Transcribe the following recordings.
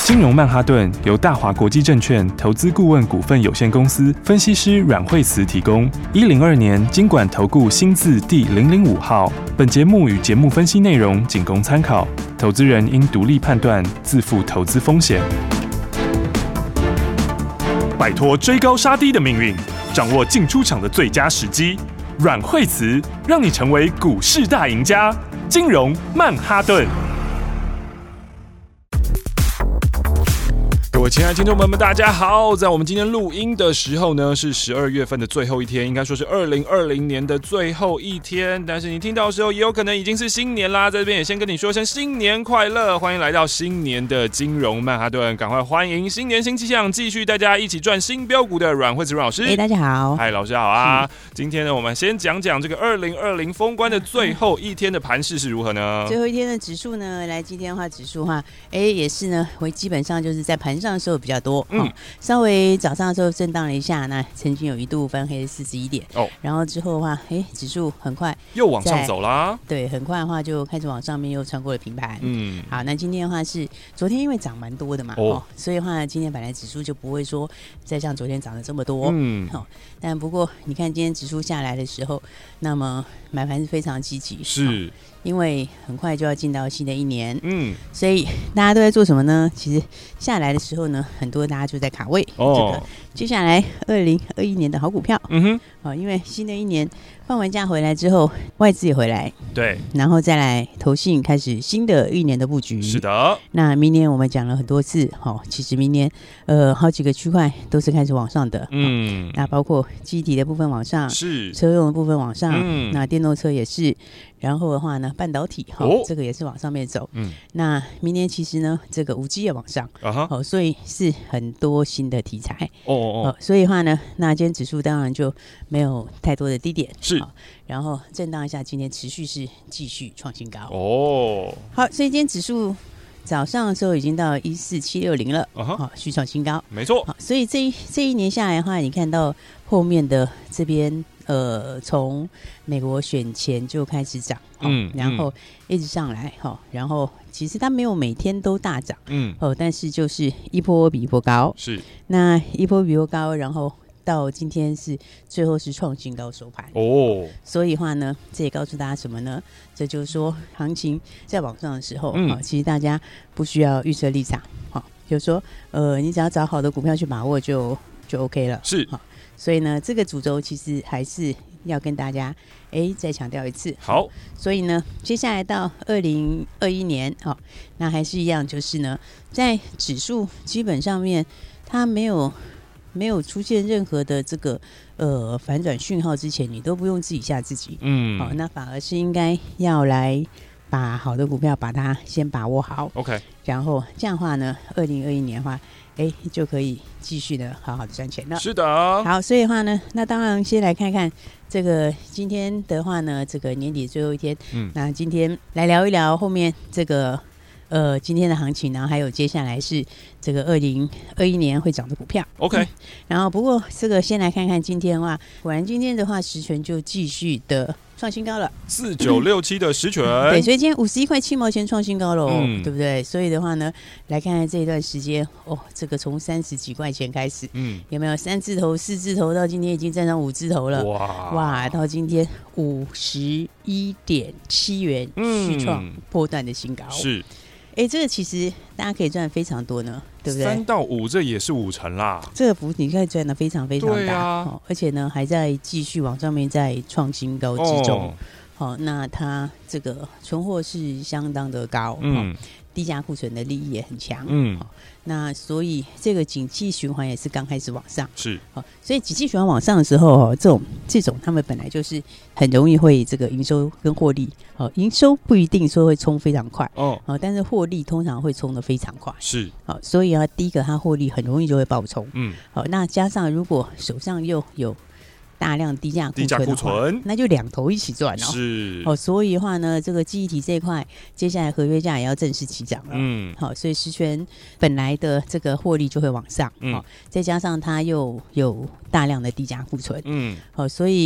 金融曼哈顿由大华国际证券投资顾问股份有限公司分析师阮惠慈提供。102年金管投顾新字第005号。本节目与节目分析内容仅供参考，投资人应独立判断，自负投资风险。摆脱追高杀低的命运，掌握进出场的最佳时机。阮惠慈让你成为股市大赢家。金融曼哈顿。各位亲爱的听众朋友们，大家好！在我们今天录音的时候呢，是12月份的最后一天，应该说是2020年的最后一天。但是你听到的时候，也有可能已经是新年啦。在这边也先跟你说声新年快乐，欢迎来到新年的金融曼哈顿，赶快欢迎新年新气象，继续大家一起赚新标股的阮惠慈阮老师。 大家好， 嗨，老师好啊！今天呢，我们先讲讲这个2020封关的最后一天的盘势是如何呢？ 最后一天的指数呢，来今天的话，指数的话，也是呢，基本上就是在盘上的时候比较多，稍微早上的时候震荡了一下，那曾经有一度翻黑41点，然后之后的话，指数很快又往上走啦， 对，很快的话就开始往上面又穿过了平盘，好，那今天的话是昨天因为涨蛮多的嘛，所以的话今天本来指数就不会说再像昨天涨得这么多，但不过你看今天指数下来的时候，那么买盘是非常积极， 是。 因为很快就要进到新的一年，所以大家都在做什么呢？其实下来的时候呢，很多大家就在卡位，这个接下来2021年的好股票，因为新的一年放完假回来之后，外资也回来， 对， 然后再来投信开始新的一年的布局， 是的。 那明年我们讲了很多次，其实明年好几个区块都是开始往上的，那包括基体的部分往上， 是车用的部分往上，那电动车也是。然后的话呢，半导体这个也是往上面走。那明年其实呢，这个5G 也往上，所以是很多新的题材。所以的话呢，那今天指数当然就没有太多的低点， 是。 然后震荡一下，今天持续是继续创新高。好，所以今天指数早上的时候已经到14760了，续创新高， 没错。 所以这一年下来的话，你看到后面的这边。从美国选前就开始涨，然后一直上来，然后其实它没有每天都大涨，但是就是一波比一波高， 是那一波比一波高，然后到今天是最后是创新高收盘，所以的话呢，这也告诉大家什么呢？这就是说行情在往上的时候，其实大家不需要预设立场，就是说你只要找好的股票去把握就 OK 了， 是。 所以呢，这个主轴其实还是要跟大家再强调一次。 好， 所以呢，接下来到2021年，那还是一样，就是呢，在指数基本上面，它没有出现任何的这个反转讯号之前，你都不用自己吓自己。那反而是应该要来把好的股票把它先把握好。 OK， 然后这样的话呢，2021年的话。就可以继续的好好的赚钱了。 是的， 好，所以的话呢，那当然先来看看这个今天的话呢，这个年底最后一天，那今天来聊一聊后面这个今天的行情，然后还有接下来是这个2021年会涨的股票。 OK， 然后不过这个先来看看今天的话，果然今天的话，十权就继续的。创新高了 ，4967的十权， 对，所以今天51块7毛钱创新高了，对不对？所以的话呢，来看看这一段时间，这个从30几块钱开始，有没有3字头、4字头，到今天已经站上5字头了，哇，到今天51.7元续创波段的新高， 是。 这个其实大家可以赚非常多呢，对不对 ？3到5这也是50%啦， 这个幅你可以赚的非常非常大，而且呢还在继续往上面在创新高之中。那它这个存货是相当的高，低价库存的利益也很强，那所以这个景气循环也是刚开始往上， 是， 所以景气循环往上的时候，这种他们本来就是很容易会这个营收跟获利，营收不一定说会冲非常快，但是获利通常会冲得非常快， 是， 所以第一个它获利很容易就会爆冲，那加上如果手上又有大量低价库存，那就两头一起赚哦。 是所以的话呢，这个记忆体这一块，接下来合约价也要正式起涨了。所以十权本来的这个获利就会往上，再加上它又有大量的低价库存，所以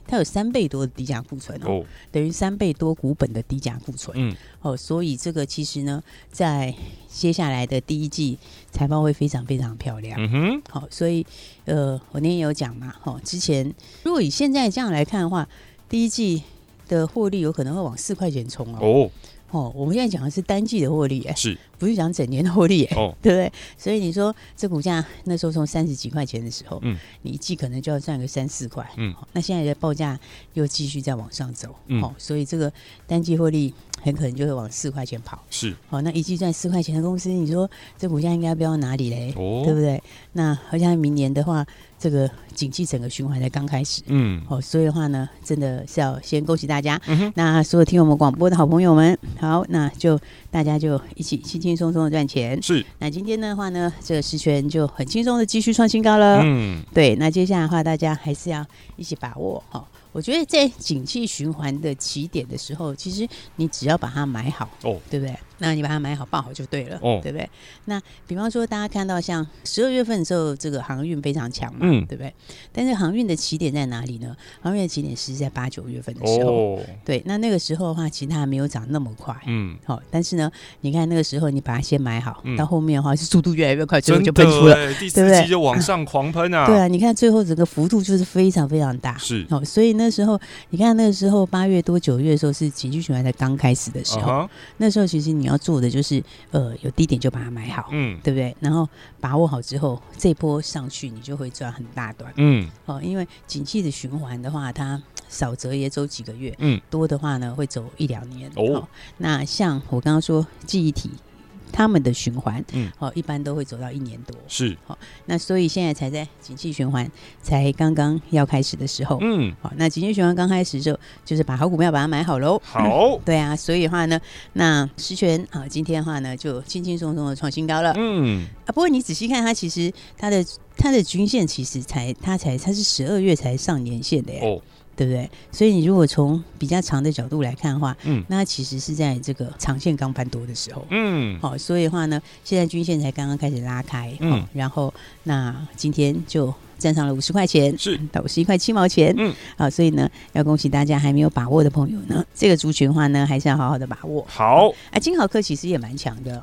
它有3倍多的低价库存哦，等于3倍多股本的低价库存。所以这个其实呢，在接下来的第一季财报会非常非常漂亮。所以我那天有讲嘛，之前如果以现在这样来看的话，第一季的获利有可能会往4块钱冲我们现在讲的是单季的获利， 是不是讲整年的获利？对不对？所以你说这股价那时候从30几块钱的时候，你一季可能就要赚个3、4块，那现在的报价又继续在往上走，所以这个单季获利很可能就会往4块钱跑。 是， 那一季赚4块钱的公司，你说这股价应该飙到哪里嘞？对不对？那而且明年的话，这个景气整个循环才刚开始，所以的话呢，真的是要先恭喜大家。那所有听我们广播的好朋友们，好，那就大家就一起轻轻松松的赚钱。 是， 那今天的话呢，这个十权就很轻松的继续创新高了。对，那接下来的话，大家还是要一起把握。我觉得在景气循环的起点的时候，其实你只要把它买好，对不对？那你把它买好报好就对了，对不对？那比方说大家看到像12月份的时候，这个航运非常强嘛，对不对？但是航运的起点在哪里呢？航运的起点是在8、9月份的时候，对，那个时候的话，其实它还没有涨那么快，但是呢，你看那个时候你把它先买好，到后面的话是速度越来越快，最后就喷出了， 第4季就往上狂喷啊！ 对啊，你看最后整个幅度就是非常非常大， 是所以那时候你看那个时候8月多9月的时候是景气循环才刚开始的时候，那时候其实你要做的就是有低点就把它买好，对不对？然后把握好之后，这波上去你就会赚很大段，因为景气的循环的话，它少则也走几个月，多的话呢会走1、2年。那像我刚刚说记忆体。他们的循环，一般都会走到1年多， 是， 那所以现在才在景气循环才刚刚要开始的时候，那景气循环刚开始的时候，就是把好股票把它买好喽， 好， 对啊，所以的话呢，那十权今天的话呢，就轻轻松松的创新高了，不过你仔细看它，其实它的均线其实它是12月才上年线的耶，对不对？所以你如果从比较长的角度来看的话，那其实是在这个长线刚翻多的时候，所以的话呢，现在均线才刚刚开始拉开，然后那今天就站上了50块钱， 是到51块7毛钱，所以呢，要恭喜大家还没有把握的朋友呢，这个族群的话呢，还是要好好的把握。 好， 金豪科其实也蛮强的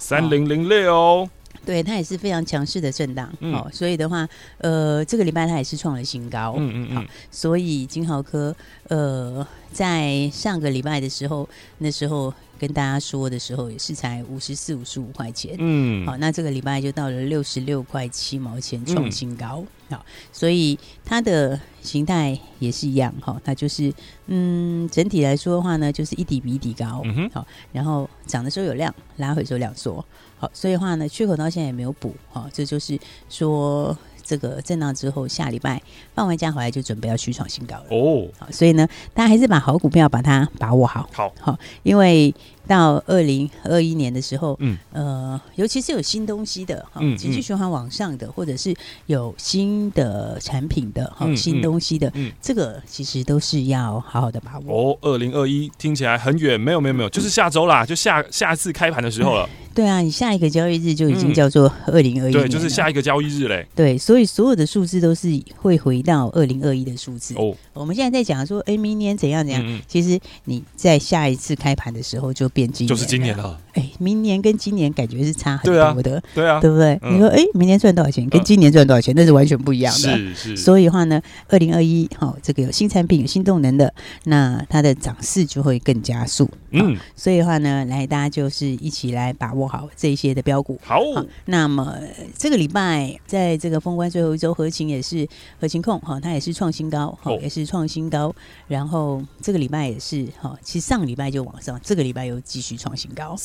，3006。 对，它也是非常强势的震荡，所以的话，这个礼拜它也是创了新高，所以金豪科，在上个礼拜的时候，那时候跟大家说的时候，也是才54、55块钱，好，那这个礼拜就到了66块7毛钱创新高，好，所以它的形态也是一样，它就是整体来说的话呢，就是一底比一底高，好，然后涨的时候有量，拉回的时候量缩。好，所以的话呢，缺口到现在也没有补，这就是说这个震荡之后，下礼拜放完假回来就准备要续创新高了。好，所以呢，大家还是把好股票把它把握好。好，因为到2021年的时候，尤其是有新东西的，景气循环往上的，或者是有新的产品的，新东西的，这个其实都是要好好的把握。 2021听起来很远，没有，就是下周啦，就下次开盘的时候了。 对啊，你下一个交易日就已经叫做2021年， 对，就是下一个交易日嘞。 对，所以所有的数字都是会回到2021的数字。我们现在在讲说，明年怎样，其实你在下一次开盘的时候就变今年， 就是今年了。 明年跟今年感觉是差很多的， 对啊， 对不对？你说，明年赚多少钱，跟今年赚多少钱，那是完全不一样的。 是。所以的话呢，2021这个有新产品、有新动能的，那它的涨势就会更加速。所以的话呢，来大家就是一起来把握好这一些的标股。 好， 那么这个礼拜在这个封关最后一周，合勤也是合勤控它也是创新高，也是创新高。然后这个礼拜也是其实上个礼拜就往上，这个礼拜又继续创新高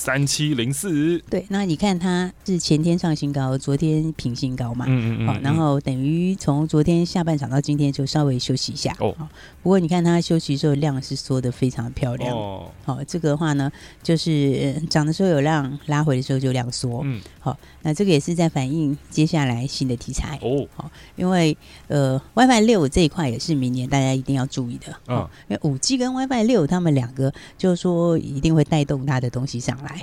，3704。 对，那你看它是前天创新高，昨天平新高嘛，然后等于从昨天下半场到今天就稍微休息一下。不过你看它休息之后量是缩得非常漂亮。这个的话呢，就是涨的时候有量，拉回的时候就量缩。好，那这个也是在反映接下来新的题材。因为WiFi 6这一块也是明年大家一定要注意的。因为5G 跟 WiFi 6他们两个就是说一定会带动它的东西上来。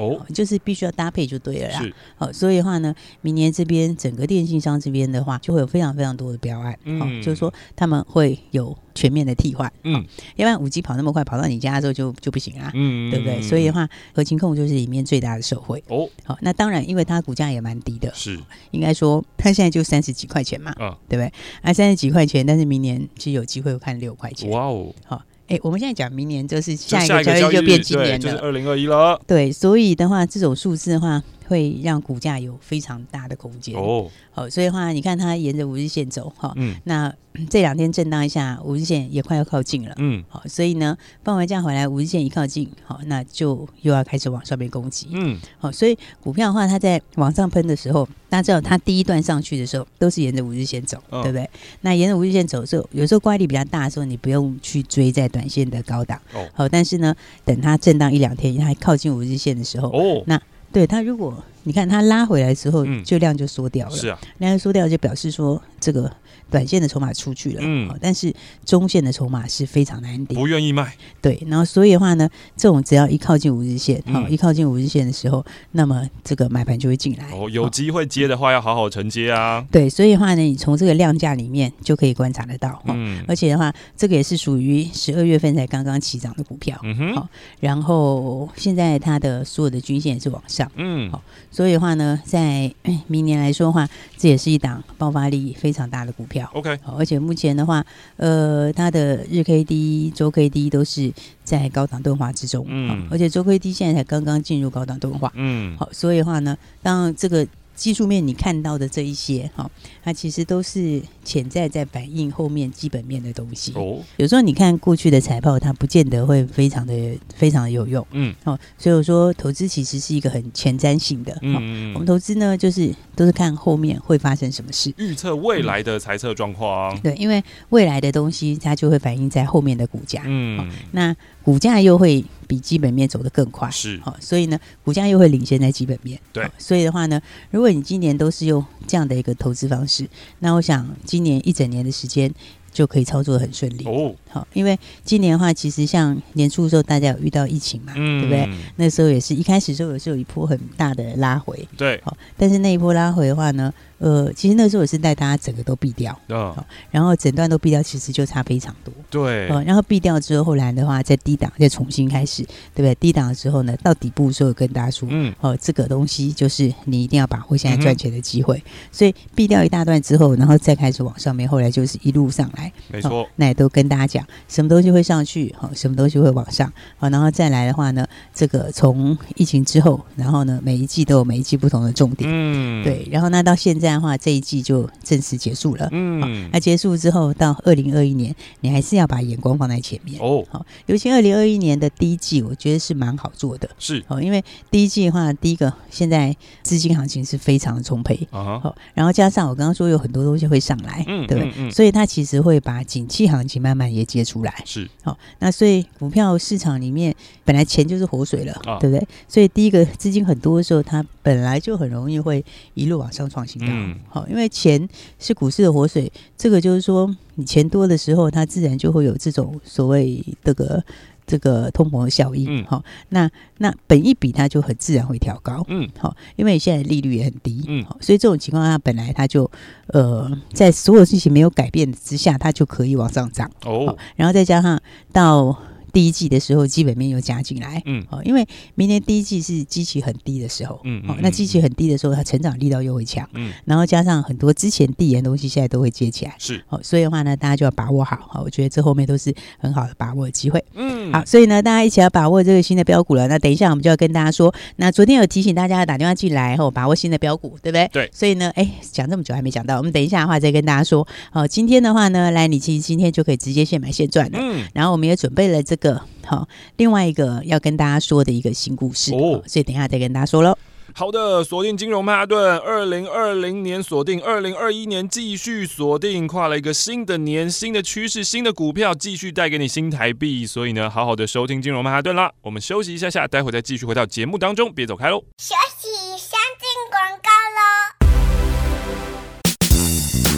就是必须要搭配就对了啦。 是， 所以的话呢，明年这边整个电信商这边的话，就会有非常非常多的标案，就是说他们会有全面的替换，要不然5G 跑那么快，跑到你家之后就不行啦，对不对？所以的话，合勤控就是里面最大的受惠。好，那当然，因为它股价也蛮低的， 是， 应该说它现在就30几块钱嘛，对不对？30几块钱，但是明年其实有机会会看6块钱。哇哦，好。我们现在讲明年就是下一个交易就变今年了， 就是2021了。 对，所以的话，这种数字的话，会让股价有非常大的空间。好，所以的话，你看它沿着5日线走，那这2天震荡一下，5日线也快要靠近了。好，所以呢，放完假回来，5日线一靠近，好，那就又要开始往上面攻击。好，所以股票的话，它在往上喷的时候，大家知道它第一段上去的时候，都是沿着5日线走，对不对？那沿着5日线走的时候，有时候乖离比较大的时候，你不用去追在短线的高档。好，但是呢，等它震荡1-2天，它靠近5日线的时候，那对它如果你看它拉回来之后，就量就缩掉了。是啊，量缩掉就表示说这个短线的筹码出去了，但是中线的筹码是非常难跌， 不愿意卖。 对，然后所以的话呢，这种只要一靠近5日线，一靠近5日线的时候，那么这个买盘就会进来。 有机会接的话，要好好承接啊。 对，所以的话呢，你从这个量价里面就可以观察得到。而且的话，这个也是属于12月份才刚刚起涨的股票。然后现在它的所有的均线也是往上。好，所以的话呢，在明年来说的话，这也是一档爆发力非常大的股票。 OK， 而且目前的话，它的日 K D、周 K D 都是在高档钝化之中，而且周 K D 现在才刚刚进入高档钝化，好，所以的话呢，当这个技术面你看到的这一些，它其实都是潜在在反映后面基本面的东西。有时候你看过去的财报，它不见得会非常的有用。所以我说投资其实是一个很前瞻性的。我们投资呢，就是都是看后面会发生什么事， 预测未来的财测状况。 对，因为未来的东西它就会反映在后面的股价。那股价又会比基本面走得更快， 是， 所以呢，股价又会领先在基本面。 对， 所以的话呢，如果你今年都是用这样的一个投资方式，那我想今年1整年的时间就可以操作得很顺利。好，因为今年的话，其实像年初的时候，大家有遇到疫情嘛，对不对？那时候也是一开始的时候也是有一波很大的拉回， 对， 好，但是那一波拉回的话呢，其实那时候也是带大家整个都避掉，然后整段都避掉，其实就差非常多。 对， 然后避掉之后，后来的话在低档再重新开始，对不对？低档的时候呢，到底部的时候跟大家说，这个东西就是你一定要把握现在赚钱的机会。所以避掉一大段之后，然后再开始往上面，后来就是一路上来， 没错。 那也都跟大家讲，什么东西会上去，什么东西会往上，然后再来的话呢，这个从疫情之后，然后呢，每一季都有每一季不同的重点，对。然后那到现在的话，这一季就正式结束了，那结束之后到2021年，你还是要把眼光放在前面尤其2021年的第一季，我觉得是蛮好做的， 是因为第一季的话，第一个现在资金行情是非常的充沛，然后加上我刚刚说有很多东西会上来，对不对？所以它其实会把景气行情慢慢也接出来， 是那所以股票市场里面本来钱就是活水了，对不对？所以第一个资金很多的时候，它本来就很容易会一路往上创新高，因为钱是股市的活水，这个就是说你钱多的时候，它自然就会有这种所谓这个通膨的效应，那本益比它就很自然会调高，因为现在利率也很低，所以这种情况下本来它就在所有事情没有改变之下，它就可以往上涨，然后再加上到第一季的时候基本面又加进来，因为明年第一季是基期很低的时候，那基期很低的时候，它成长力道又会强，然后加上很多之前递延的东西现在都会接起来， 是， 所以的话呢，大家就要把握好，我觉得这后面都是很好的把握的机会，好，所以呢，大家一起要把握这个新的标股了。那等一下我们就要跟大家说，那昨天有提醒大家打电话进来后把握新的标股，对不对？ 对， 所以呢，讲这么久还没讲到，我们等一下的话再跟大家说。今天的话呢，来，你其实今天就可以直接现买现赚了，然后我们也准备了这个另外一个要跟大家说的一个新故事，所以等一下再跟大家说咯。 好的，锁定金融曼哈顿，2020年锁定，2021年继续锁定，跨了一个新的年，新的趋势，新的股票，继续带给你新台币。所以呢，好好的收听金融曼哈顿啦。我们休息一下下，待会再继续回到节目当中，别走开喽。 休息，先进广告喽。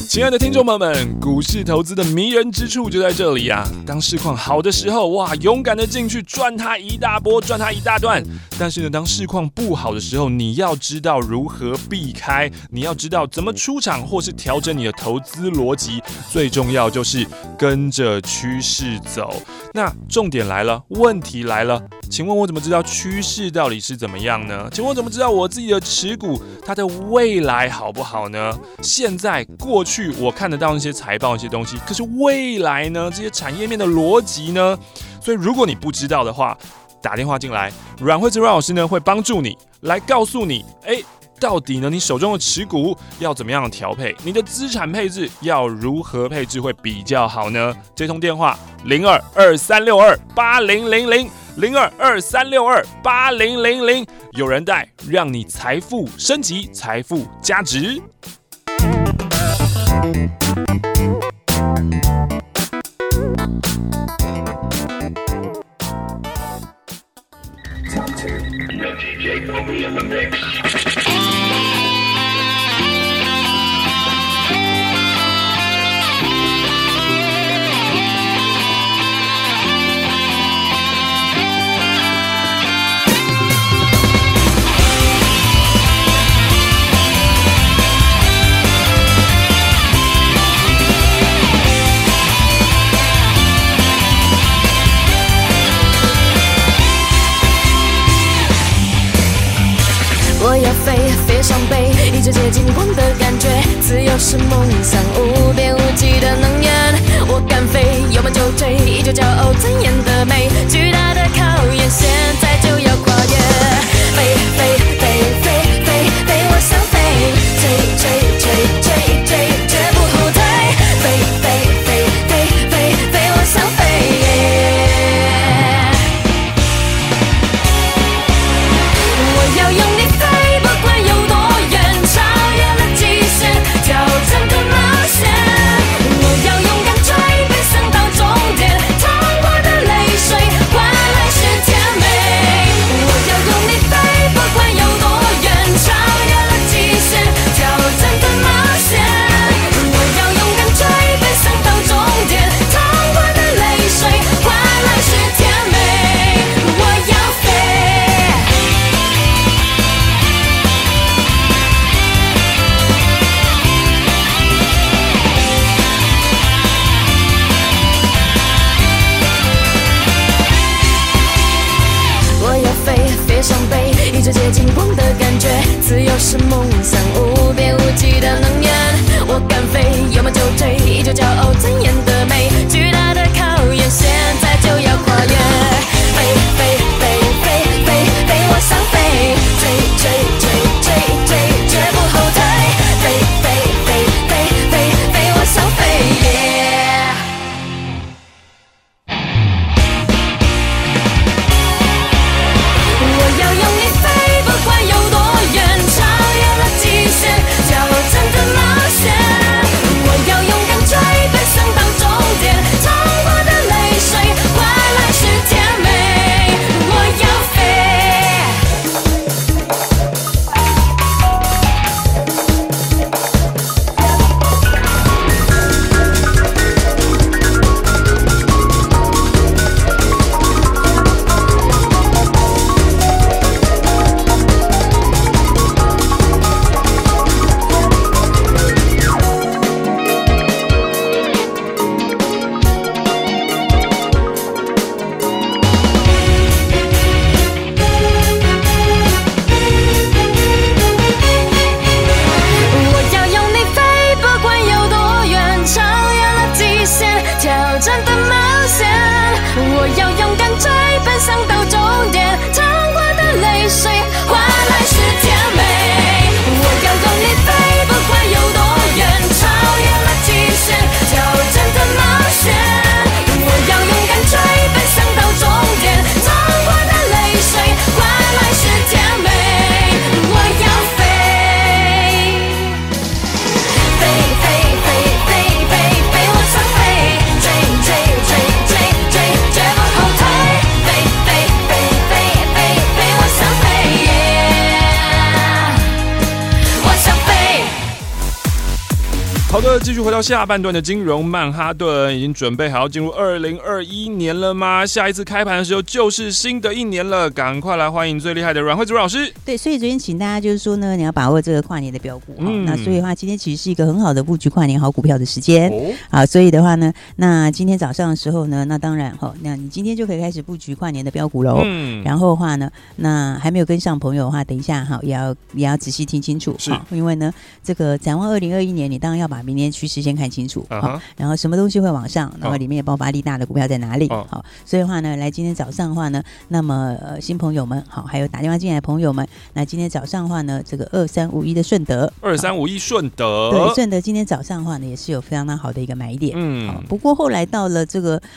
亲爱的听众朋友们，股市投资的迷人之处就在这里啊！当市况好的时候，哇，勇敢的进去赚它一大波，赚它一大段。但是呢，当市况不好的时候，你要知道如何避开，你要知道怎么出场，或是调整你的投资逻辑。最重要就是跟着趋势走。那重点来了，问题来了，请问我怎么知道趋势到底是怎么样呢？请问我怎么知道我自己的持股它的未来好不好呢？现在、过去我看得到那些财报、那些东西，可是未来呢？这些产业面的逻辑呢？所以如果你不知道的话，打电话进来，阮慧芝阮老师呢会帮助你来告诉你，到底呢你手中的持股要怎么样的调配？你的资产配置要如何配置会比较好呢？这通电话0223628000。0223628000，有人带，让你财富升级，财富加值。 我要飞上北，一直接近光的感觉，自由是梦想，无边无际的能源。我敢飞，有梦就追，依旧骄傲尊严的美，巨大的考验，现在就要跨越。飞飞飞飞飞飞，我想飞，追追追追追，绝不后退。飞飞飞飞飞飞，我想飞。我要用力飞。不管有多远，超越了极限，挑战的冒好的，继续回到下半段的金融曼哈顿，已经准备好要进入2021年了吗？下一次开盘的时候就是新的一年了，赶快来欢迎最厉害的阮慧竹老师。 对，所以昨天请大家就是说呢，你要把握这个跨年的标股，那所以的话，今天其实是一个很好的布局跨年好股票的时间。好，所以的话呢，那今天早上的时候呢，那当然那你今天就可以开始布局跨年的标股喽。然后的话呢，那还没有跟上朋友的话，等一下也要仔细听清楚，因为呢，这个展望2021年，你当然要把明年趋势先看清楚，然后什么东西会往上，然后里面爆发力大的股票在哪里，好，所以的话呢，来今天早上的话呢，那么新朋友们好，还有打电话进来的朋友们，那今天早上的话呢，这个2351的顺德 ，2351顺德， 对，顺德今天早上的话呢，也是有非常好的一个买点，不过后来到了这个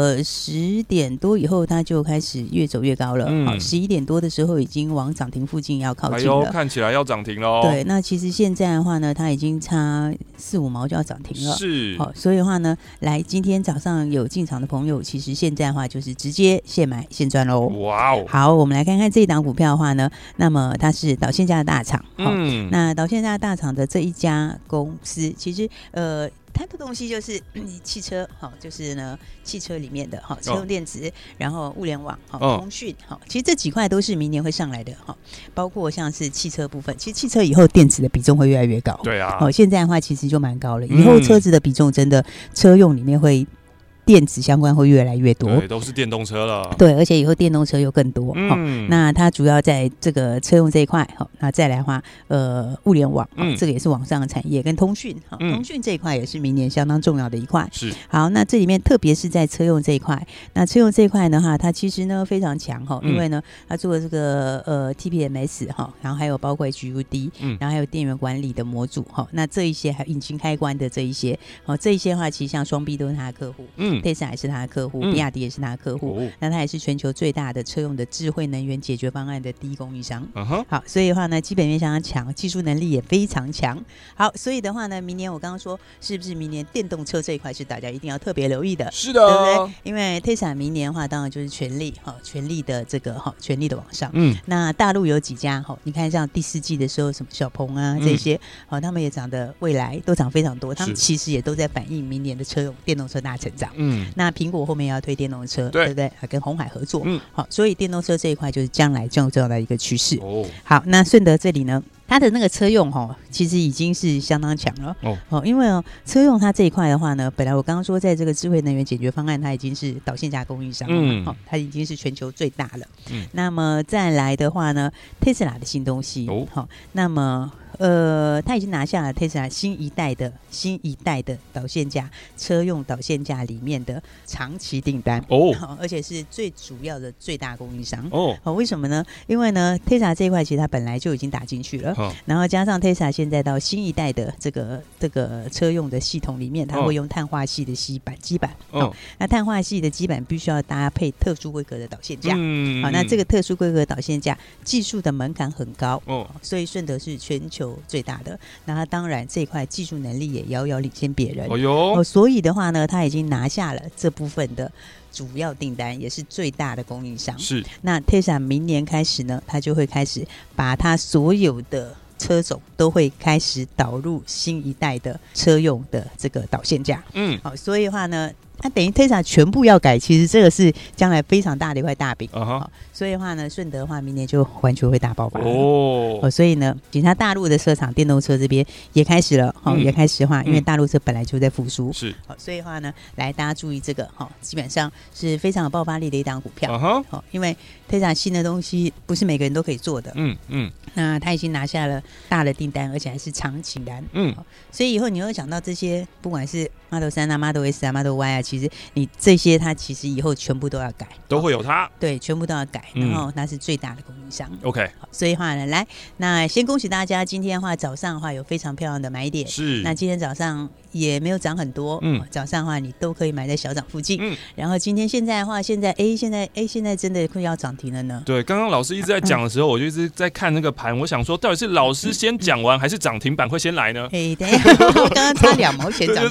10点多以后，它就开始越走越高了，好，11点多的时候已经往涨停附近要靠近了， 看起来要涨停了， 对，那其实现在的话呢，它已经差4-5毛就要涨停了， 是， 好，所以的话呢，来今天早上有进场的朋友，其实现在的话就是直接现买现赚喽。 哇哦！ 好，我们来看看这一档股票的话呢，那么它是导线架的大厂，那导线架大厂的这一家公司，其实它的东西就是汽车，就是呢汽车里面的车用电子，然后物联网、通讯，其实这几块都是明年会上来的，包括像是汽车部分，其实汽车以后电子的比重会越来越高， 对啊， 现在的话其实就蛮高了，以后车子的比重真的车用里面会。电子相关会越来越多， 对，都是电动车了。 对，而且以后电动车又更多。那它主要在这个车用这一块，那再来的话，物联网，这个也是网上的产业，跟通讯，通讯这一块也是明年相当重要的一块。 是。 好，那这里面特别是在车用这一块，那车用这一块的话，它其实呢非常强因为呢，它做了这个TPMS 然后还有包括 HUD，然后还有电源管理的模组那这一些还有引擎开关的这一些，这一些的话，其实像双 B 都是它的客户，Tesla 也是他的客户，比亚迪也是他的客户，那他也是全球最大的车用的智慧能源解决方案的第一供应商。好，所以的话呢，基本面相当强，技术能力也非常强。好，所以的话呢，明年我刚刚说，是不是明年电动车这一块是大家一定要特别留意的？ 是的， 对不对？因为 Tesla 明年的话，当然就是全力的这个全力的往上。那大陆有几家你看像第4季的时候，什么小鹏啊这些，他们也涨的未来都涨非常多，他们其实也都在反映明年的车用电动车大成长。那苹果后面要推电动车， 对不对？跟鸿海合作，好，所以电动车这一块就是将来重要的一个趋势。好，那顺德这里呢，它的那个车用其实已经是相当强了因为车用它这一块的话呢，本来我刚刚说在这个智慧能源解决方案，它已经是导线架供应商了它已经是全球最大了。那么再来的话呢，Tesla 的新东西那么他已经拿下了 Tesla 新一代的导线架，车用导线架里面的长期订单而且是最主要的最大供应商为什么呢？因为呢 Tesla 这一块其实它本来就已经打进去了然后加上 Tesla 现在到新一代的这个车用的系统里面，它会用碳化系的基板那碳化系的基板必须要搭配特殊规格的导线架好，那这个特殊规格导线架技术的门槛很高所以顺德是全球最大的，那他当然这一块技术能力也遥遥领先别人所以的话呢，他已经拿下了这部分的主要订单，也是最大的供应商。是，那 Tesla 明年开始呢，他就会开始把他所有的车种都会开始导入新一代的车用的这个导线架好，所以的话呢，它等于 Tesla 全部要改，其实这个是将来非常大的一块大饼所以的话呢，顺德的话明年就完全会大爆发所以呢，其他大陆的车厂电动车这边也开始了也开始的话，因为大陆车本来就在复苏是所以的话呢，来大家注意这个基本上是非常有爆发力的一档股票因为 Tesla 新的东西不是每个人都可以做的那他已经拿下了大的订单，而且还是长期单所以以后你会讲到这些，不管是 Model 3 Model S 啊 Model Y 啊，其实你这些它其实以后全部都要改， 都会有它对，全部都要改然后它是最大的供应商 OK 所以的话呢，来那先恭喜大家，今天的话早上的话有非常漂亮的买点是，那今天早上也没有涨很多早上的话你都可以买在小涨附近然后今天现在的话现在真的快要涨停了呢。 对，刚刚老师一直在讲的时候我就一直在看那个盘，我想说到底是老师先讲完还是涨停板会先来呢？ 等一下刚刚差2毛钱涨停板差1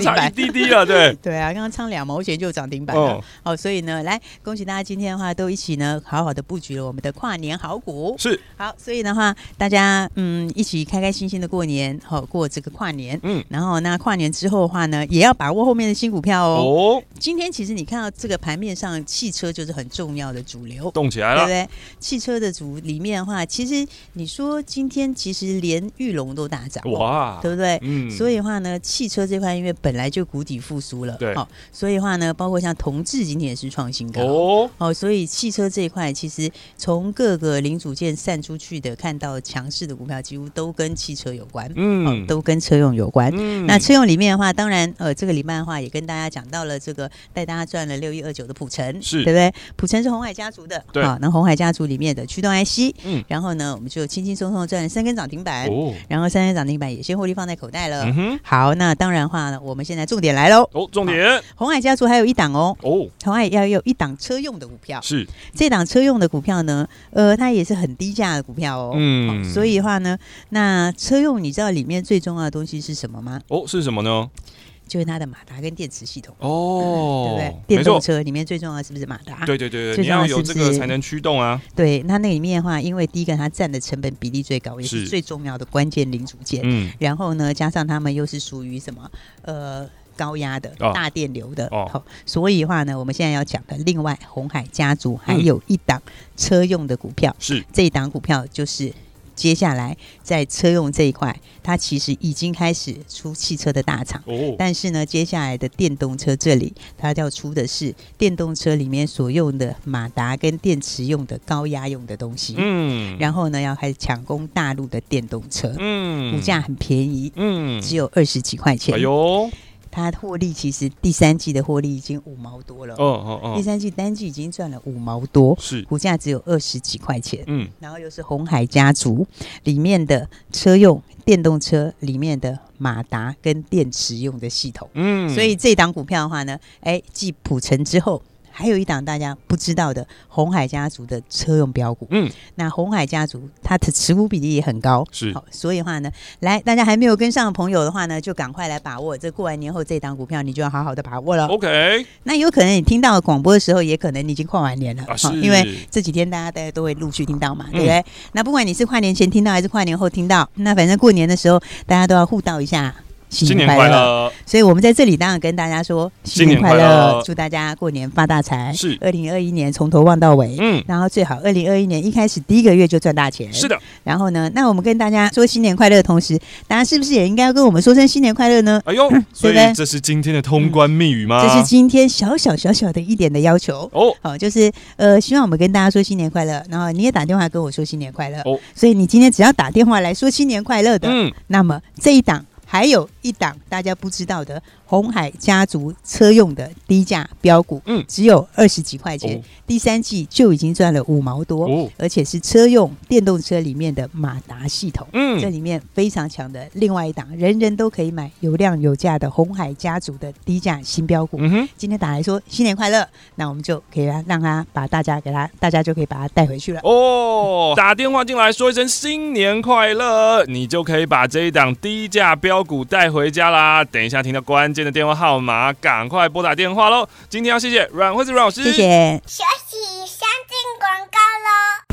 滴滴了，对对啊，刚刚唱2毛钱就涨停板了。好，所以呢，来恭喜大家今天的话都一起呢好好的布局了我们的跨年好股。 是好，所以的话大家一起开开心心的过年，过这个跨年。然后那跨年之后的话呢，也要把握后面的新股票哦。今天其实你看到这个盘面上，汽车就是很重要的主流， 动起来了， 对不对？汽车的里面的话，其实你说今天其实连裕隆都大涨，哇，对不对？所以的话呢，汽车这块因为本来就谷底复苏了， 对， 所以的话呢，包括像同志今天也是创新高所以汽车这一块其实从各个零组件散出去的，看到强势的股票几乎都跟汽车有关，都跟车用有关。那车用里面的话，当然这个礼拜的话也跟大家讲到了这个带大家赚了6129的普成，是对不对？普成是鸿海家族的，对，那鸿海家族里面的驱动 IC，然后呢我们就轻轻松松赚了3根涨停板，然后3根涨停板也先获利放在口袋了。好，那当然的话呢，我们现在重点来喽， 重点， 鸿鸿海家族还有一档鸿海要有一档车用的股票， 是这档车用的股票呢，它也是很低价的股票所以的话呢，那车用你知道里面最重要的东西是什么吗？ 是什么呢？ 就是它的马达跟电池系统对不对？电动车里面最重要的是不是马达？ 对，你要有这个才能驱动啊。 对，那里面的话，因为第一个它占的成本比例最高，也是最重要的关键零组件。然后呢，加上他们又是属于什么高压的大电流的所以的话呢，我们现在要讲的另外鸿海家族还有一档车用的股票，是这一档股票就是接下来在车用这一块，它其实已经开始出汽车的大厂但是呢，接下来的电动车这里，它要出的是电动车里面所用的马达跟电池用的高压用的东西。然后呢，要开始抢攻大陆的电动车。股价很便宜，只有20几块钱。哎呦！它获利其实第3季的获利已经5毛多了第3季单季已经赚了5毛多，是股价只有20几块钱。然后又是鸿海家族里面的车用电动车里面的马达跟电池用的系统。所以这档股票的话呢，继普成之后，还有一档大家不知道的鸿海家族的车用标股。那鸿海家族它的持股比例也很高，是所以的话呢，来大家还没有跟上的朋友的话呢，就赶快来把握这过完年后这档股票，你就要好好的把握了。OK， 那有可能你听到广播的时候，也可能你已经跨完年了因为这几天大家都会陆续听到嘛，对不对？那不管你是跨年前听到还是跨年后听到，那反正过年的时候大家都要互道一下。新年快乐！所以我们在这里当然跟大家说新年快乐，祝大家过年发大财。是2021年从头望到尾，然后最好2021年一开始第1个月就赚大钱。是的。然后呢，那我们跟大家说新年快乐的同时，大家是不是也应该要跟我们说声新年快乐呢？哎呦， 所以这是今天的通关密语吗？ 这是今天小小的一点的要求好，就是希望我们跟大家说新年快乐，然后你也打电话跟我说新年快乐。所以你今天只要打电话来说新年快乐的，那么这一档。还有一档大家不知道的鸿海家族车用的低价标股，只有20几块钱，第3季就已经赚了5毛多，而且是车用电动车里面的马达系统，这里面非常强的另外一档，人人都可以买、有量有价的鸿海家族的低价新标股。今天打来说新年快乐，那我们就可以让他把大家就可以把他带回去了。 打电话进来说一声新年快乐，你就可以把这一档低价标股带回家啦。等一下听到关键的电话号码，赶快拨打电话咯。今天要谢谢阮惠子阮老师， 谢谢。 休息相进广告咯。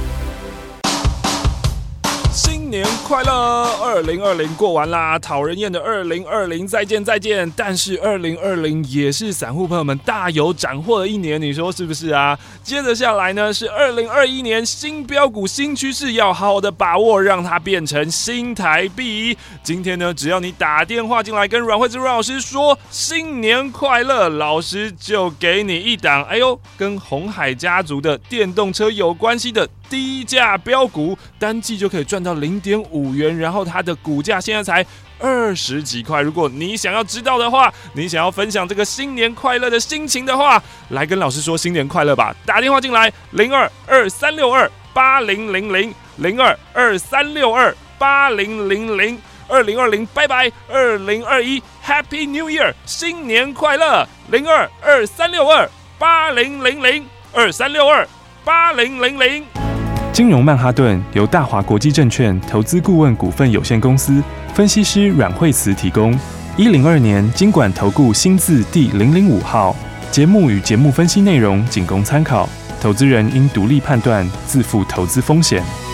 新年快乐！2020过完啦，讨人厌的2020再见。但是2020也是散户朋友们大有斩获的一年，你说是不是啊？接着下来呢是2021年新标股新趋势，要好好的把握，让它变成新台币。今天呢，只要你打电话进来跟阮惠子阮老师说新年快乐，老师就给你一档跟鸿海家族的电动车有关系的低价标股，单季就可以赚到0.5元，然后它的股价现在才20几块。如果你想要知道的话，你想要分享这个新年快乐的心情的话，来跟老师说新年快乐吧。打电话进来0223628000 0223628000。2020拜拜，2021 Happy New Year， 新年快乐！0223628000 23628000。金融曼哈顿由大华国际证券投资顾问股份有限公司分析师阮惠慈提供。 102年金管投顾新字第005号。节目与节目分析内容仅供参考，投资人应独立判断，自负投资风险。